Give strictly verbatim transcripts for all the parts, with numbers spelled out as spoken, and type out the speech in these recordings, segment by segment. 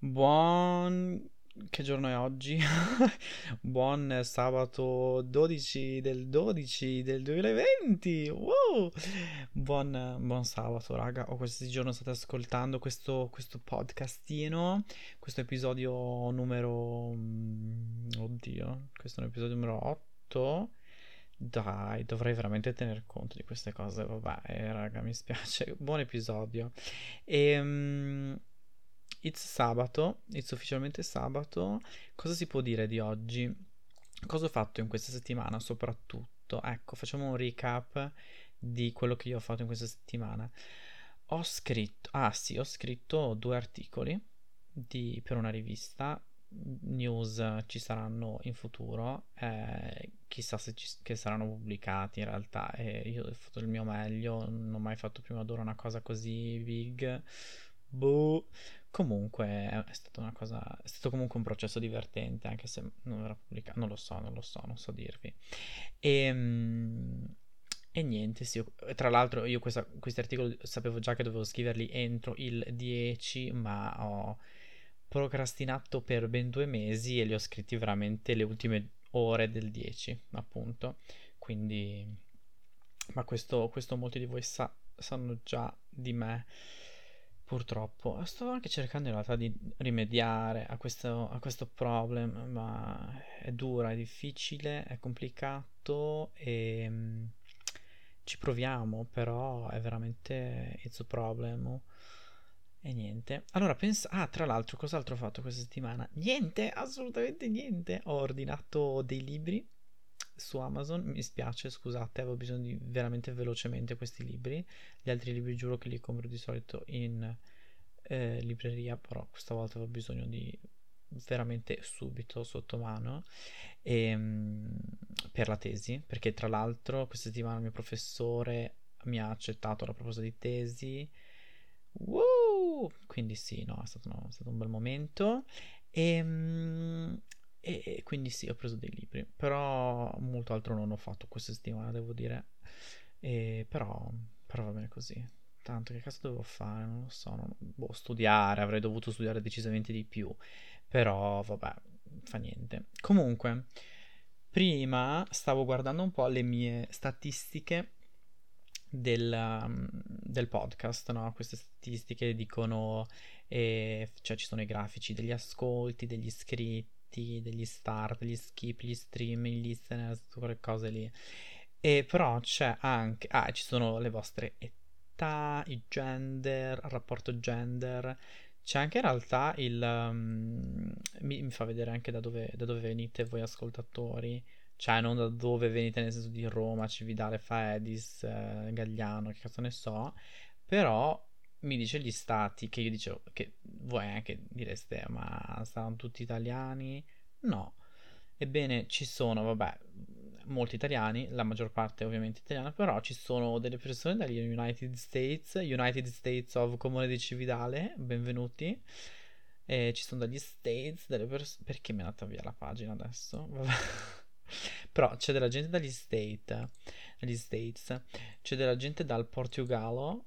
Buon... Che giorno è oggi? Buon sabato dodici del dodici del duemilaventi. Wow! Buon, buon sabato, raga. O questi giorni state ascoltando questo, questo podcastino, questo episodio numero... mm, Oddio, questo è un episodio numero otto. Dai, dovrei veramente tener conto di queste cose. Vabbè, eh, raga, mi spiace. Buon episodio. Ehm, It's sabato, it's ufficialmente sabato. Cosa si può dire di oggi? Cosa ho fatto in questa settimana soprattutto? Ecco, facciamo un recap di quello che io ho fatto in questa settimana. Ho scritto, ah sì, ho scritto due articoli di- per una rivista. News ci saranno in futuro, eh, chissà se ci- che saranno pubblicati in realtà. Eh, io ho fatto il mio meglio, non ho mai fatto prima d'ora una cosa così big. Boh. Comunque è è stata una cosa, è stato comunque un processo divertente, anche se non verrà pubblicato, non lo so, non lo so, non so dirvi. E, mm, e niente, sì, io- tra l'altro io questa- questi articoli sapevo già che dovevo scriverli entro il dieci, ma ho procrastinato per ben due mesi e li ho scritti veramente le ultime ore del dieci, appunto. Quindi, ma questo, questo molti di voi sa- sanno già di me. Purtroppo, sto anche cercando in realtà di rimediare a questo, a questo problem, ma è dura, è difficile, è complicato e mm, ci proviamo, però è veramente it's a problem. E niente. Allora, pensa... Ah, tra l'altro, cos'altro ho fatto questa settimana? Niente, assolutamente niente. Ho ordinato dei libri su Amazon. Mi spiace, scusate, avevo bisogno di veramente velocemente questi libri. Gli altri libri giuro che li compro di solito in eh, libreria, però questa volta avevo bisogno di veramente subito sotto mano ehm, per la tesi, perché tra l'altro questa settimana il mio professore mi ha accettato la proposta di tesi. Woo! Quindi sì, no, è stato, no, è stato un bel momento. E, e, e quindi sì, ho preso dei libri, però molto altro non ho fatto questa settimana, devo dire. E, però, però va bene così. Tanto che cazzo dovevo fare? Non lo so. Non- boh, studiare, avrei dovuto studiare decisamente di più. Però, vabbè, fa niente. Comunque, prima stavo guardando un po' le mie statistiche del, um, del podcast, no? Queste statistiche dicono, eh, cioè ci sono i grafici degli ascolti, degli iscritti, degli start, degli skip, gli stream, i listeners, tutte quelle cose lì. E però c'è anche, ah, ci sono le vostre età, i gender, il rapporto gender. C'è anche in realtà il... um, mi, mi fa vedere anche da dove, da dove venite voi ascoltatori, cioè non da dove venite nel senso di Roma, Cividale, Faedis, eh, Gagliano, che cazzo ne so, però mi dice gli stati che io dicevo, che voi anche direste, ma saranno tutti italiani? No. Ebbene, ci sono, vabbè, molti italiani, la maggior parte ovviamente italiana, però ci sono delle persone dagli United States, United States of Comune di Cividale, benvenuti. E ci sono dagli States, delle persone... Perché mi è andata via la pagina adesso? Vabbè. Però c'è della gente dagli State, dagli States, c'è della gente dal Portogallo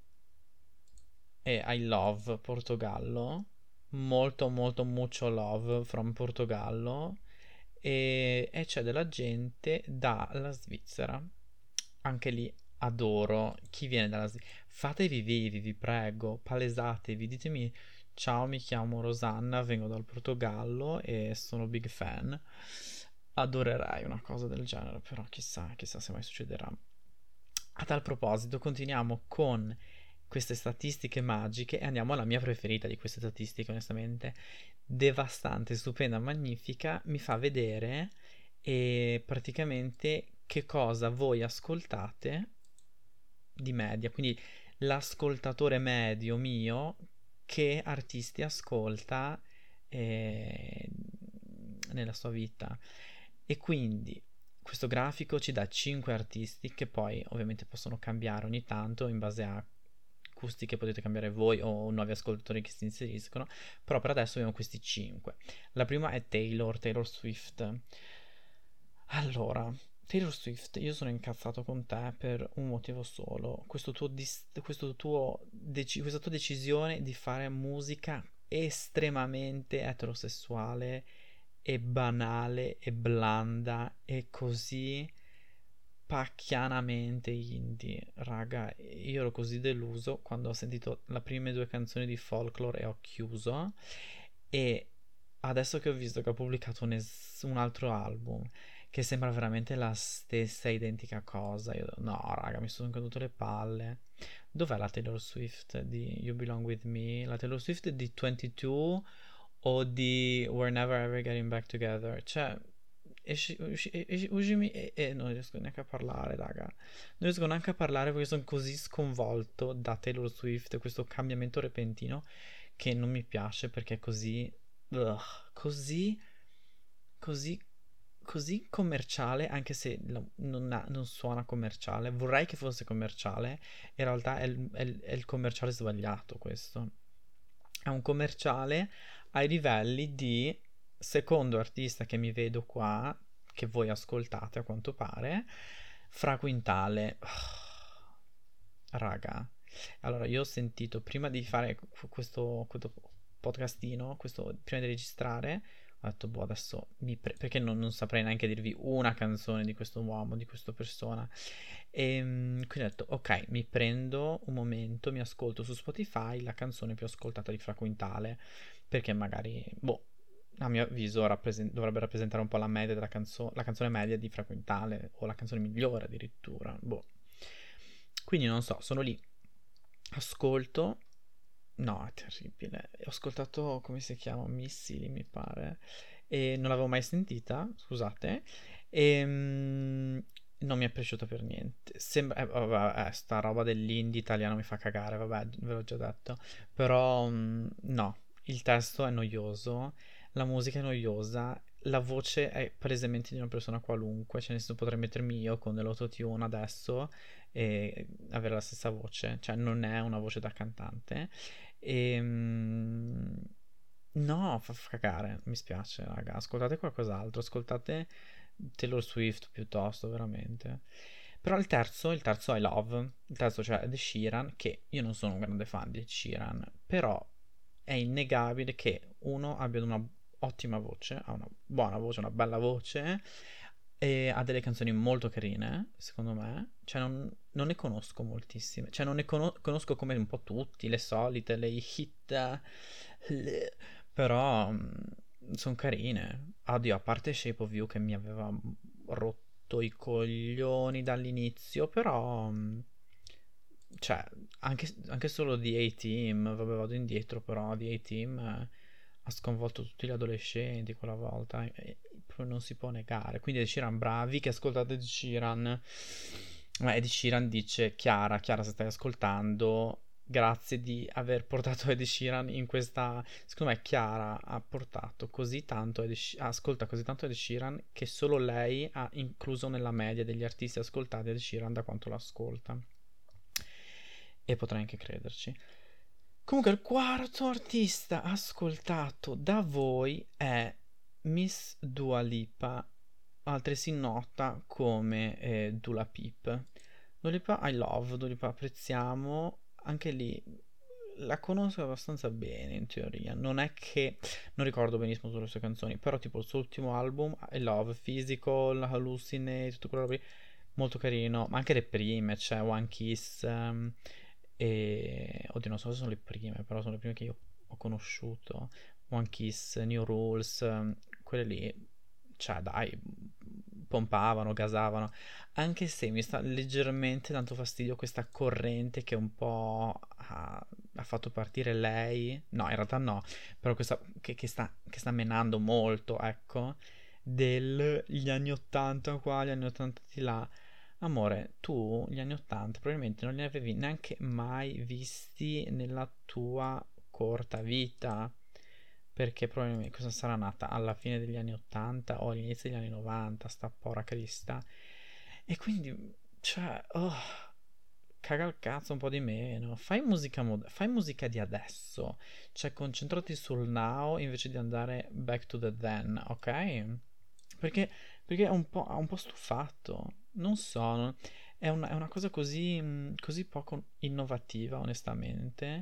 e I love Portogallo, molto molto mucho love from Portogallo e, e c'è della gente dalla Svizzera, anche lì adoro chi viene dalla Svizzera, fatevi vivi vi prego, palesatevi, ditemi ciao mi chiamo Rosanna, vengo dal Portogallo e sono big fan. Adorerei una cosa del genere, però chissà, chissà se mai succederà. A tal proposito, continuiamo con queste statistiche magiche e andiamo alla mia preferita di queste statistiche, onestamente. Devastante, stupenda, magnifica, mi fa vedere e praticamente che cosa voi ascoltate di media, quindi l'ascoltatore medio mio che artisti ascolta eh, nella sua vita. E quindi questo grafico ci dà cinque artisti che poi ovviamente possono cambiare ogni tanto in base a gusti che potete cambiare voi o nuovi ascoltatori che si inseriscono, però per adesso abbiamo questi cinque. La prima è Taylor, Taylor Swift. Allora, Taylor Swift, io sono incazzato con te per un motivo solo. Questo tuo dis- questo tuo deci- questa tua decisione di fare musica estremamente eterosessuale e banale e blanda e così pacchianamente indie. Raga, io ero così deluso quando ho sentito le prime due canzoni di Folklore e ho chiuso. E adesso che ho visto che ha pubblicato un, es- un altro album che sembra veramente la stessa identica cosa, io no, raga, mi sono cadute le palle. Dov'è la Taylor Swift di You Belong With Me? La Taylor Swift di ventidue o di We're Never Ever Getting Back Together? Cioè, esci, usci, esci, uscimi e, e non riesco neanche a parlare, raga. Non riesco neanche a parlare perché sono così sconvolto da Taylor Swift, questo cambiamento repentino che non mi piace perché è così, ugh, così, così, così commerciale, anche se lo- non, ha- non suona commerciale. Vorrei che fosse commerciale, in realtà è il, è il- è il commerciale sbagliato questo. È un commerciale ai livelli di secondo artista che mi vedo qua, che voi ascoltate a quanto pare, Fra Quintale. Raga, allora io ho sentito prima di fare questo, questo podcastino, questo, prima di registrare, ho detto, boh, adesso mi pre- perché non, non saprei neanche dirvi una canzone di questo uomo, di questa persona. E mm, quindi ho detto, ok, mi prendo un momento, mi ascolto su Spotify la canzone più ascoltata di Fra Quintale, perché magari, boh, a mio avviso rappresen- dovrebbe rappresentare un po' la media della canzone, la canzone media di Fra Quintale, o la canzone migliore addirittura, boh. Quindi non so, sono lì, ascolto. No, è terribile. Ho ascoltato, come si chiama? Missili, mi pare. E non l'avevo mai sentita, scusate. E mm, non mi è piaciuta per niente. Sembra, eh, vabbè, eh, sta roba dell'indie italiano mi fa cagare, vabbè, ve l'ho già detto. Però, mm, no, il testo è noioso, la musica è noiosa, la voce è palesemente di una persona qualunque, cioè nel senso potrei mettermi io con dell'autotune adesso e avere la stessa voce, cioè non è una voce da cantante. E, mm, no, fa, fa cagare, mi spiace, raga. Ascoltate qualcos'altro, ascoltate Taylor Swift piuttosto, veramente. Però il terzo, il terzo I Love, il terzo cioè Ed Sheeran, che io non sono un grande fan di Ed Sheeran, però è innegabile che uno abbia una ottima voce, ha una buona voce, una bella voce e ha delle canzoni molto carine, secondo me. Cioè, non, non ne conosco moltissime. Cioè, non ne cono- conosco come un po' tutti, le solite, le hit. le- Però sono carine. Oddio, a parte Shape of You che mi aveva rotto i coglioni dall'inizio, però. mh, Cioè, anche, anche solo di A-Team, vabbè, vado indietro, però di A-Team eh, ha sconvolto tutti gli adolescenti quella volta, e, e proprio non si può negare. Quindi Ed Sheeran bravi, che ascoltate Ed Sheeran. Ma Ed Sheeran dice, Chiara, Chiara se stai ascoltando, grazie di aver portato Ed Sheeran in questa. Secondo me Chiara ha portato così tanto Ed She- ascolta così tanto Ed Sheeran che solo lei ha incluso nella media degli artisti ascoltati Ed Sheeran da quanto l'ascolta. E potrei anche crederci. Comunque, il quarto artista ascoltato da voi è Miss Dua Lipa, altresì nota come eh, Dula Peep. Dua Lipa I love, Dua Lipa apprezziamo, anche lì la conosco abbastanza bene in teoria, non è che non ricordo benissimo tutte le sue canzoni, però tipo il suo ultimo album, I Love, Physical, Hallucinate, tutto quello lì, molto carino, ma anche le prime, c'è One Kiss, ehm, e oddio non so se sono le prime, però sono le prime che io ho conosciuto, One Kiss, New Rules, ehm, quelle lì, cioè dai, pompavano, gasavano, anche se mi sta leggermente dando fastidio questa corrente che un po' ha, ha fatto partire lei, no in realtà no, però questa che, che sta, che sta menando molto, ecco, degli anni ottanta qua, gli anni ottanta di là. Amore, tu gli anni ottanta probabilmente non li avevi neanche mai visti nella tua corta vita, perché probabilmente cosa sarà nata alla fine degli anni ottanta o all'inizio degli anni novanta, sta pora Crista. E quindi, cioè, oh, caga il cazzo un po' di meno. Fai musica, mod- fai musica di adesso, cioè concentrati sul now invece di andare back to the then, ok? Perché, perché è un po', ha un po' stufato. Non so, non- è una, è una cosa così, mh, così poco innovativa, onestamente.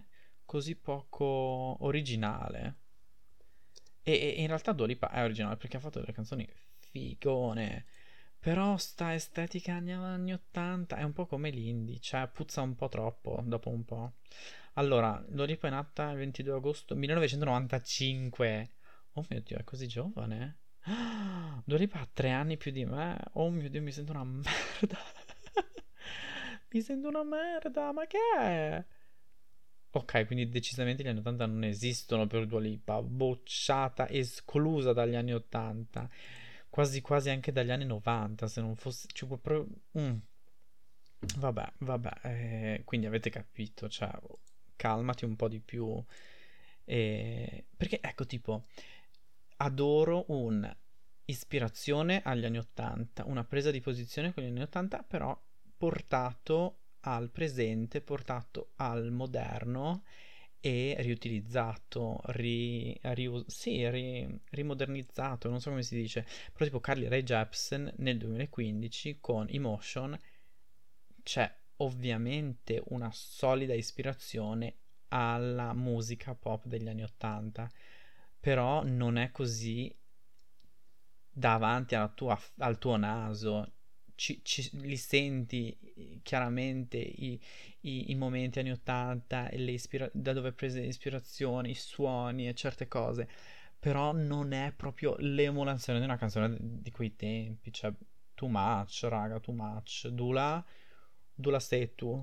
così poco originale. E, e in realtà Dua Lipa è originale perché ha fatto delle canzoni figone. Però sta estetica anni, anni ottanta è un po' come l'indie, cioè puzza un po' troppo dopo un po'. Allora, Dua Lipa è nata il ventidue agosto millenovecentonovantacinque. Oh mio Dio, è così giovane? Ah, Dua Lipa ha tre anni più di me. Oh mio Dio, mi sento una merda. Mi sento una merda, ma che è? Ok, quindi decisamente gli anni ottanta non esistono per Dua Lipa, bocciata, esclusa dagli anni ottanta, quasi quasi anche dagli anni novanta, se non fosse... Cioè, proprio... mm. Vabbè, vabbè, eh, quindi avete capito, cioè, calmati un po' di più. eh, Perché, ecco, tipo, adoro un ispirazione agli anni ottanta, una presa di posizione con gli anni ottanta, però portato al presente, portato al moderno e riutilizzato, ri, riu- sì, ri- rimodernizzato, non so come si dice, però tipo Carly Rae Jepsen nel duemilaquindici con Emotion c'è ovviamente una solida ispirazione alla musica pop degli anni ottanta, però non è così davanti alla tua- al tuo naso. Ci, ci- li senti eh, chiaramente i, i- i momenti anni ottanta e le ispira- da dove è prese ispirazione, i suoni e certe cose, però non è proprio l'emulazione di una canzone di quei tempi, cioè too much, raga, too much. Dula, Dula sei tu.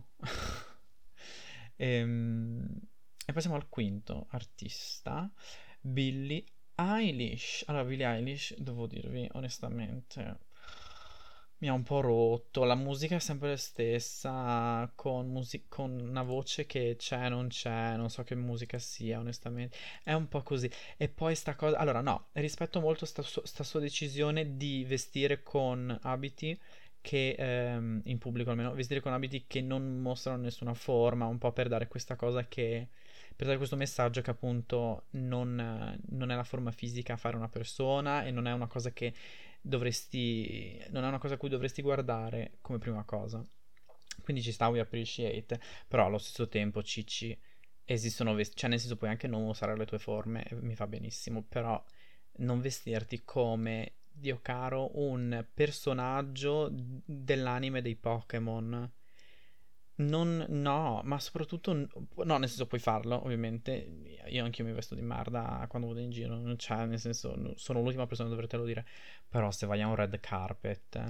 Ehm, E passiamo al quinto artista, Billie Eilish. Allora, Billie Eilish, devo dirvi onestamente, mi ha un po' rotto. La musica è sempre la stessa, con, musi- con una voce che c'è, non c'è, non so che musica sia, onestamente. È un po' così. E poi sta cosa... Allora, no, rispetto molto sta, su- sta sua decisione di vestire con abiti che, ehm, in pubblico almeno, vestire con abiti che non mostrano nessuna forma, un po' per dare questa cosa che per dare questo messaggio che appunto non, eh, non è la forma fisica a fare una persona e non è una cosa che dovresti, non è una cosa a cui dovresti guardare come prima cosa. Quindi ci sta, we appreciate, però allo stesso tempo, Cicci, esistono vestiti, cioè nel senso puoi anche non usare le tue forme, e mi fa benissimo, però non vestirti come, Dio caro, un personaggio dell'anime dei Pokémon. Non, no, ma soprattutto, n- no, nel senso puoi farlo, ovviamente. Io anche mi vesto di merda quando vado in giro, non c'è, nel senso, no- sono l'ultima persona a dovertelo dire. Però se vai a un red carpet,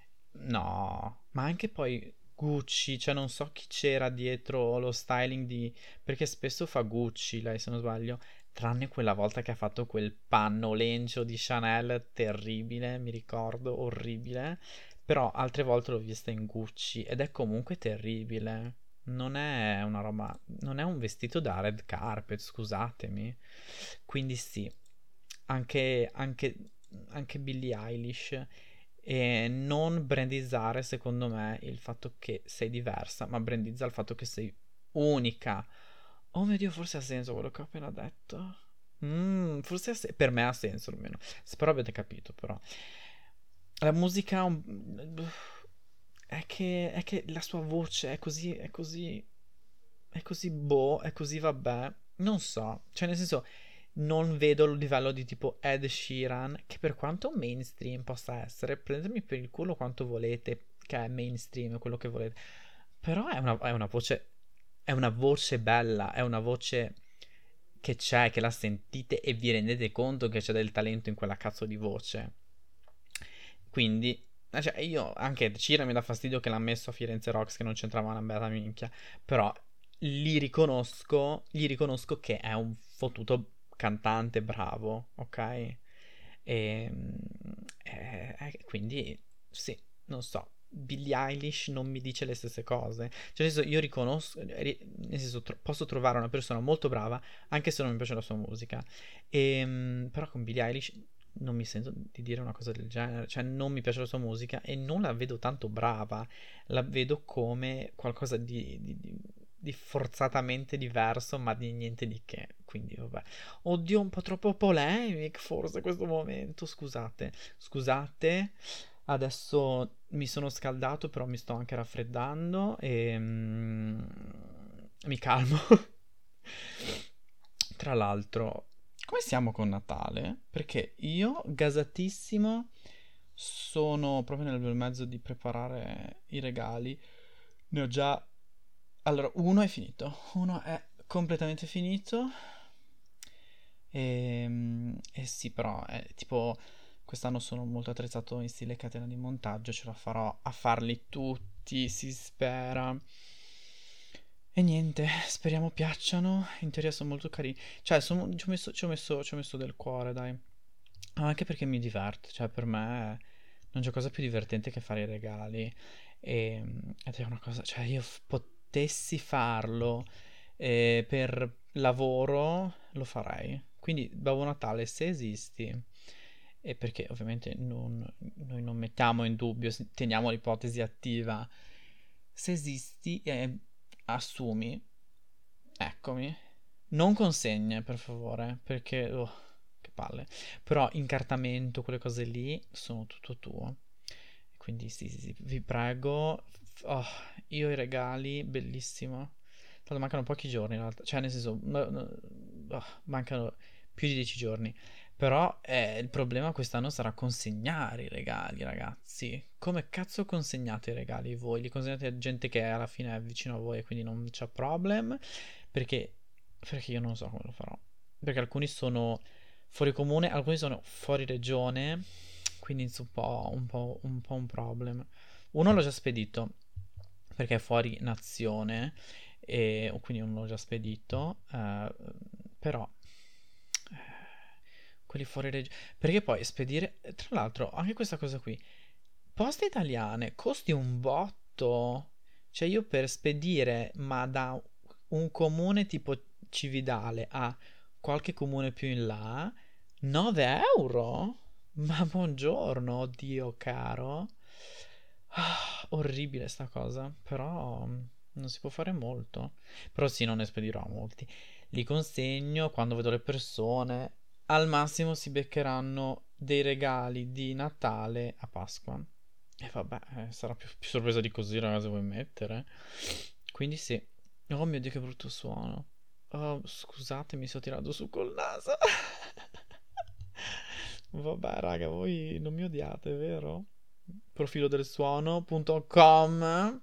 no, ma anche poi Gucci, cioè non so chi c'era dietro lo styling di... Perché spesso fa Gucci, lei se non sbaglio, tranne quella volta che ha fatto quel panno lencio di Chanel terribile, mi ricordo, orribile. Però altre volte l'ho vista in Gucci ed è comunque terribile. Non è una roba, non è un vestito da red carpet, scusatemi. Quindi sì, anche, anche, anche Billie Eilish. E non brandizzare, secondo me, il fatto che sei diversa, ma brandizza il fatto che sei unica. Oh mio Dio, forse ha senso quello che ho appena detto. Mm, forse ha se- per me ha senso almeno. Spero abbiate capito, però. La musica un- è che, è che la sua voce è così, è così, è così boh, è così vabbè. Non so, cioè nel senso non vedo il livello di tipo Ed Sheeran, che per quanto mainstream possa essere, prendetemi per il culo quanto volete, che è mainstream, quello che volete. Però è una, è una voce, è una voce bella, è una voce che c'è, che la sentite e vi rendete conto che c'è del talento in quella cazzo di voce. Quindi, eh, cioè, io anche Cira mi dà fastidio che l'ha messo a Firenze Rocks che non c'entrava una bella minchia, però gli riconosco, gli riconosco che è un fottuto cantante bravo, ok? E, eh, eh, quindi, sì, non so. Billie Eilish non mi dice le stesse cose. Cioè, nel senso, io riconosco, ri- nel senso, tro- posso trovare una persona molto brava anche se non mi piace la sua musica. E, però con Billie Eilish non mi sento di dire una cosa del genere, cioè non mi piace la sua musica e non la vedo tanto brava, la vedo come qualcosa di, di- di- di forzatamente diverso, ma di niente di che, quindi vabbè. Oddio, un po' troppo polemic forse questo momento, scusate, scusate, adesso mi sono scaldato, però mi sto anche raffreddando e mm, mi calmo. Tra l'altro, come siamo con Natale? Perché io, gasatissimo, sono proprio nel bel mezzo di preparare i regali. Ne ho già... Allora, uno è finito. Uno è completamente finito. E, e sì, però, è, tipo, quest'anno sono molto attrezzato in stile catena di montaggio. Ce la farò a farli tutti, si spera. E niente, speriamo piacciono. In teoria sono molto carini. Cioè, sono- ci ho messo, ci ho messo, ci ho messo del cuore, dai. Ma anche perché mi diverte. Cioè, per me non c'è cosa più divertente che fare i regali. E, ed è una cosa. Cioè, io f- potessi farlo eh, per lavoro, lo farei. Quindi, Babbo Natale, se esisti. E perché ovviamente non- noi non mettiamo in dubbio, s- teniamo l'ipotesi attiva. Se esisti, eh, assumi. Eccomi. Non consegne, per favore, perché... oh, che palle. Però incartamento, quelle cose lì, sono tutto tuo. Quindi sì, sì, sì, vi prego. F- oh, io i regali, bellissimo. Tanto mancano pochi giorni in realtà. Cioè, nel senso, no- no- oh, mancano più di dieci giorni. Però eh, il problema quest'anno sarà consegnare i regali, ragazzi. Come cazzo consegnate i regali voi? Li consegnate a gente che alla fine è vicino a voi e quindi non c'è problem? Perché, perché io non so come lo farò. Perché alcuni sono fuori comune, alcuni sono fuori regione, quindi è un po' un po', un po' un problem. Uno l'ho già spedito perché è fuori nazione, e quindi uno l'ho già spedito, eh, però eh, quelli fuori regione. Perché poi spedire, tra l'altro, anche questa cosa qui, poste italiane costi un botto. Cioè io per spedire, ma da un comune tipo Cividale a qualche comune più in là, nove euro? Ma buongiorno, oddio caro. Ah, orribile sta cosa, però mm, non si può fare molto. Però sì, non ne spedirò molti. Li consegno quando vedo le persone. Al massimo si beccheranno dei regali di Natale a Pasqua. E vabbè, eh, sarà più, più sorpresa di così, ragazzi, vuoi mettere? Quindi sì. Oh mio Dio, che brutto suono. Oh, scusate, mi sono tirato su col naso. Vabbè, raga, voi non mi odiate, vero? profilo del suono punto com.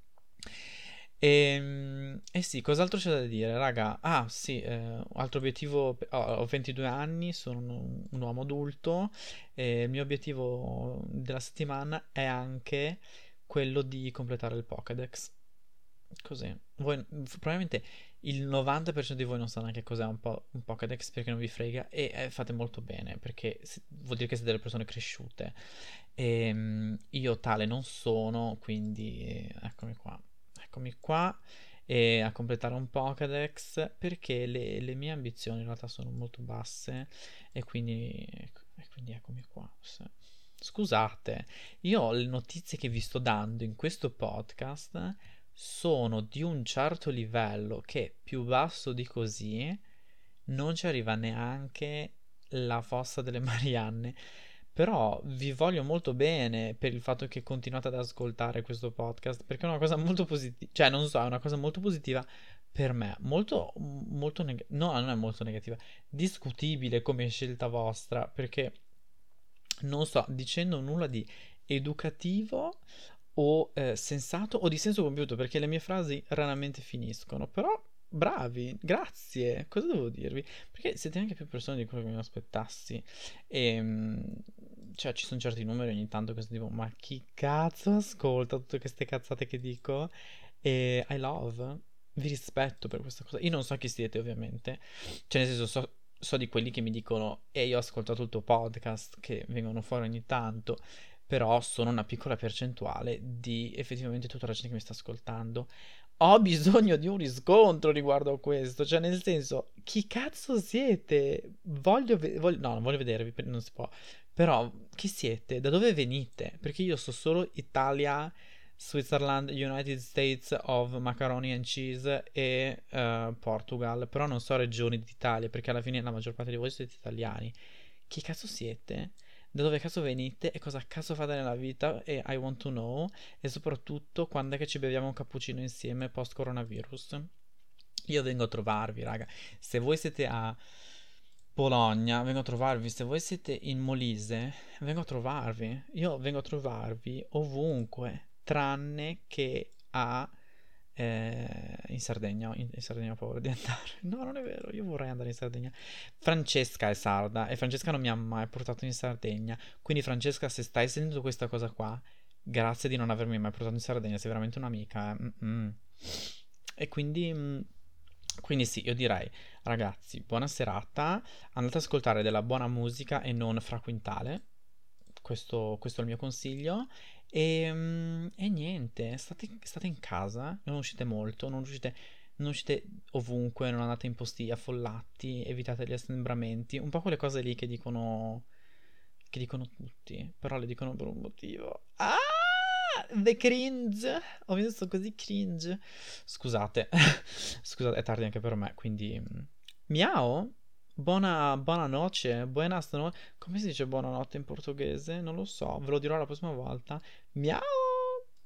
E, e sì, cos'altro c'è da dire, raga? Ah, sì, eh, altro obiettivo. Ho ho ventidue anni, sono un, un uomo adulto. E il mio obiettivo della settimana è anche quello di completare il Pokédex. Così. Voi, probabilmente il novanta per cento di voi non sa neanche cos'è un, po', un Pokédex perché non vi frega e eh, fate molto bene perché si- vuol dire che siete delle persone cresciute. E io tale non sono, quindi eh, eccomi qua. Eccomi qua e a completare un Pokédex perché le, le mie ambizioni in realtà sono molto basse e quindi, e quindi eccomi qua. Sì. Scusate, io ho le notizie che vi sto dando in questo podcast sono di un certo livello che più basso di così non ci arriva neanche la fossa delle Marianne. Però vi voglio molto bene per il fatto che continuate ad ascoltare questo podcast, perché è una cosa molto positiva, cioè non so, è una cosa molto positiva per me, molto, molto negativa, no, non è molto negativa, discutibile come scelta vostra, perché non sto dicendo nulla di educativo o eh, sensato o di senso compiuto, perché le mie frasi raramente finiscono, però bravi, grazie, cosa devo dirvi? Perché siete anche più persone di quello che mi aspettassi e mm, cioè ci sono certi numeri ogni tanto che sono tipo ma chi cazzo ascolta tutte queste cazzate che dico e I love, vi rispetto per questa cosa, io non so chi siete ovviamente, cioè nel senso so so di quelli che mi dicono e io ho ascoltato il tuo podcast che vengono fuori ogni tanto, però sono una piccola percentuale di effettivamente tutta la gente che mi sta ascoltando. Ho bisogno di un riscontro riguardo a questo, cioè nel senso, chi cazzo siete? Voglio, ve- voglio no, non voglio vedervi, per- non si può. Però chi siete? Da dove venite? Perché io so solo Italia, Switzerland, United States of Macaroni and Cheese e eh, Portugal, però non so regioni d'Italia, perché alla fine la maggior parte di voi siete italiani. Chi cazzo siete? Da dove cazzo venite e cosa cazzo fate nella vita? E I want to know. E soprattutto quando è che ci beviamo un cappuccino insieme post coronavirus? Io vengo a trovarvi, raga. Se voi siete a Bologna, vengo a trovarvi. Se voi siete in Molise, vengo a trovarvi. Io vengo a trovarvi ovunque, tranne che a eh, in Sardegna. In, in Sardegna ho paura di andare. No, non è vero, io vorrei andare in Sardegna. Francesca è sarda e Francesca non mi ha mai portato in Sardegna. Quindi Francesca, se stai sentendo questa cosa qua, grazie di non avermi mai portato in Sardegna, sei veramente un'amica. Eh. Mm-mm. E quindi, mm, quindi sì, io direi, ragazzi, buona serata, andate ad ascoltare della buona musica e non Fra Quintale, questo, questo è il mio consiglio. E, mm, e niente, state, state in casa, non uscite molto, non uscite, non uscite ovunque, non andate in posti affollati, evitate gli assembramenti, un po' quelle cose lì che dicono, che dicono tutti, però le dicono per un motivo. Ah! The cringe! Ho visto così cringe. Scusate, scusate, è tardi anche per me, quindi... mm, Miao? Buona, buonanotte, buenas no... Come si dice buonanotte in portoghese? Non lo so, ve lo dirò la prossima volta. Miao!